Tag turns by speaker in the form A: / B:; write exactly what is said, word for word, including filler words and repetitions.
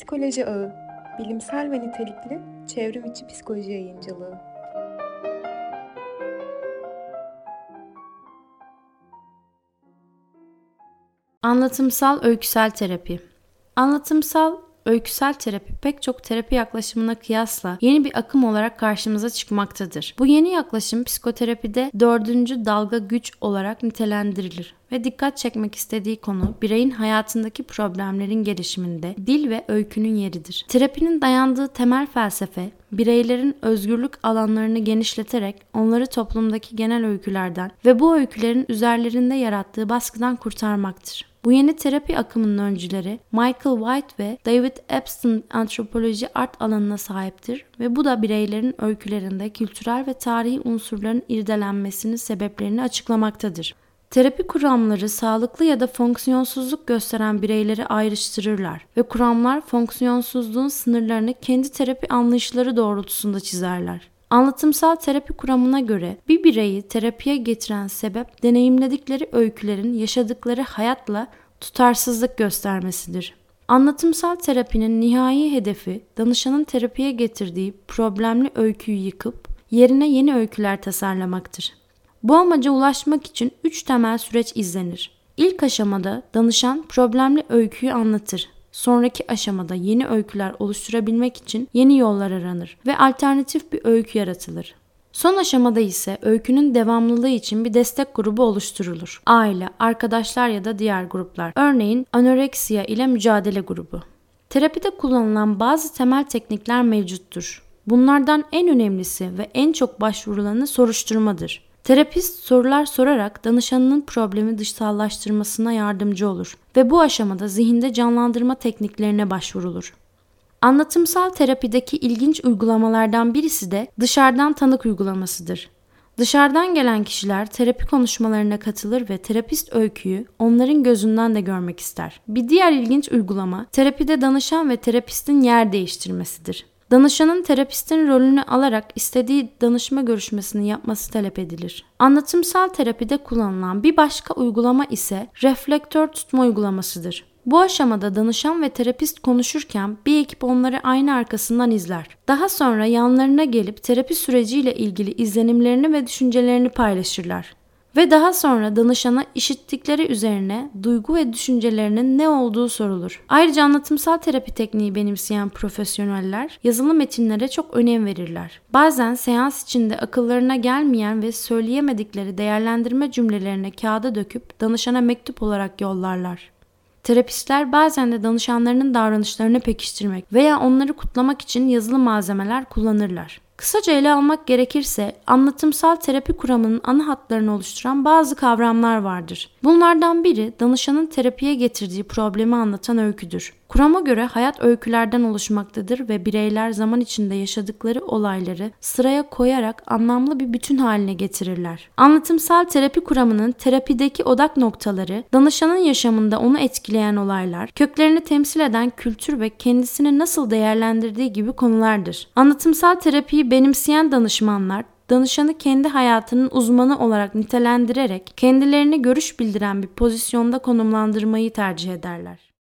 A: Psikoloji Ağı, bilimsel ve nitelikli çevrim içi psikoloji yayıncılığı.
B: Anlatımsal öyküsel terapi. Anlatımsal öyküsel terapi pek çok terapi yaklaşımına kıyasla yeni bir akım olarak karşımıza çıkmaktadır. Bu yeni yaklaşım psikoterapide dördüncü dalga güç olarak nitelendirilir ve dikkat çekmek istediği konu bireyin hayatındaki problemlerin gelişiminde dil ve öykünün yeridir. Terapinin dayandığı temel felsefe, bireylerin özgürlük alanlarını genişleterek onları toplumdaki genel öykülerden ve bu öykülerin üzerlerinde yarattığı baskıdan kurtarmaktır. Bu yeni terapi akımının öncüleri Michael White ve David Epstein antropoloji art alanına sahiptir ve bu da bireylerin öykülerinde kültürel ve tarihi unsurların irdelenmesinin sebeplerini açıklamaktadır. Terapi kuramları sağlıklı ya da fonksiyonsuzluk gösteren bireyleri ayrıştırırlar ve kuramlar fonksiyonsuzluğun sınırlarını kendi terapi anlayışları doğrultusunda çizerler. Anlatımsal terapi kuramına göre bir bireyi terapiye getiren sebep deneyimledikleri öykülerin yaşadıkları hayatla tutarsızlık göstermesidir. Anlatımsal terapinin nihai hedefi danışanın terapiye getirdiği problemli öyküyü yıkıp yerine yeni öyküler tasarlamaktır. Bu amaca ulaşmak için üç temel süreç izlenir. İlk aşamada danışan problemli öyküyü anlatır. Sonraki aşamada yeni öyküler oluşturabilmek için yeni yollar aranır ve alternatif bir öykü yaratılır. Son aşamada ise öykünün devamlılığı için bir destek grubu oluşturulur. Aile, arkadaşlar ya da diğer gruplar. Örneğin anoreksiya ile mücadele grubu. Terapide kullanılan bazı temel teknikler mevcuttur. Bunlardan en önemlisi ve en çok başvurulanı soruşturmadır. Terapist sorular sorarak danışanının problemi dışsallaştırmasına yardımcı olur ve bu aşamada zihinde canlandırma tekniklerine başvurulur. Anlatımsal terapideki ilginç uygulamalardan birisi de dışarıdan tanık uygulamasıdır. Dışarıdan gelen kişiler terapi konuşmalarına katılır ve terapist öyküyü onların gözünden de görmek ister. Bir diğer ilginç uygulama terapide danışan ve terapistin yer değiştirmesidir. Danışanın terapistin rolünü alarak istediği danışma görüşmesini yapması talep edilir. Anlatımsal terapide kullanılan bir başka uygulama ise reflektör tutma uygulamasıdır. Bu aşamada danışan ve terapist konuşurken bir ekip onları ayna arkasından izler. Daha sonra yanlarına gelip terapi süreciyle ilgili izlenimlerini ve düşüncelerini paylaşırlar. Ve daha sonra danışana işittikleri üzerine duygu ve düşüncelerinin ne olduğu sorulur. Ayrıca anlatımsal terapi tekniği benimseyen profesyoneller yazılı metinlere çok önem verirler. Bazen seans içinde akıllarına gelmeyen ve söyleyemedikleri değerlendirme cümlelerini kağıda döküp danışana mektup olarak yollarlar. Terapistler bazen de danışanlarının davranışlarını pekiştirmek veya onları kutlamak için yazılı malzemeler kullanırlar. Kısaca ele almak gerekirse anlatımsal terapi kuramının ana hatlarını oluşturan bazı kavramlar vardır. Bunlardan biri danışanın terapiye getirdiği problemi anlatan öyküdür. Kurama göre hayat öykülerden oluşmaktadır ve bireyler zaman içinde yaşadıkları olayları sıraya koyarak anlamlı bir bütün haline getirirler. Anlatımsal terapi kuramının terapideki odak noktaları, danışanın yaşamında onu etkileyen olaylar, köklerini temsil eden kültür ve kendisini nasıl değerlendirdiği gibi konulardır. Anlatımsal terapiyi benimseyen danışmanlar, danışanı kendi hayatının uzmanı olarak nitelendirerek kendilerine görüş bildiren bir pozisyonda konumlandırmayı tercih ederler.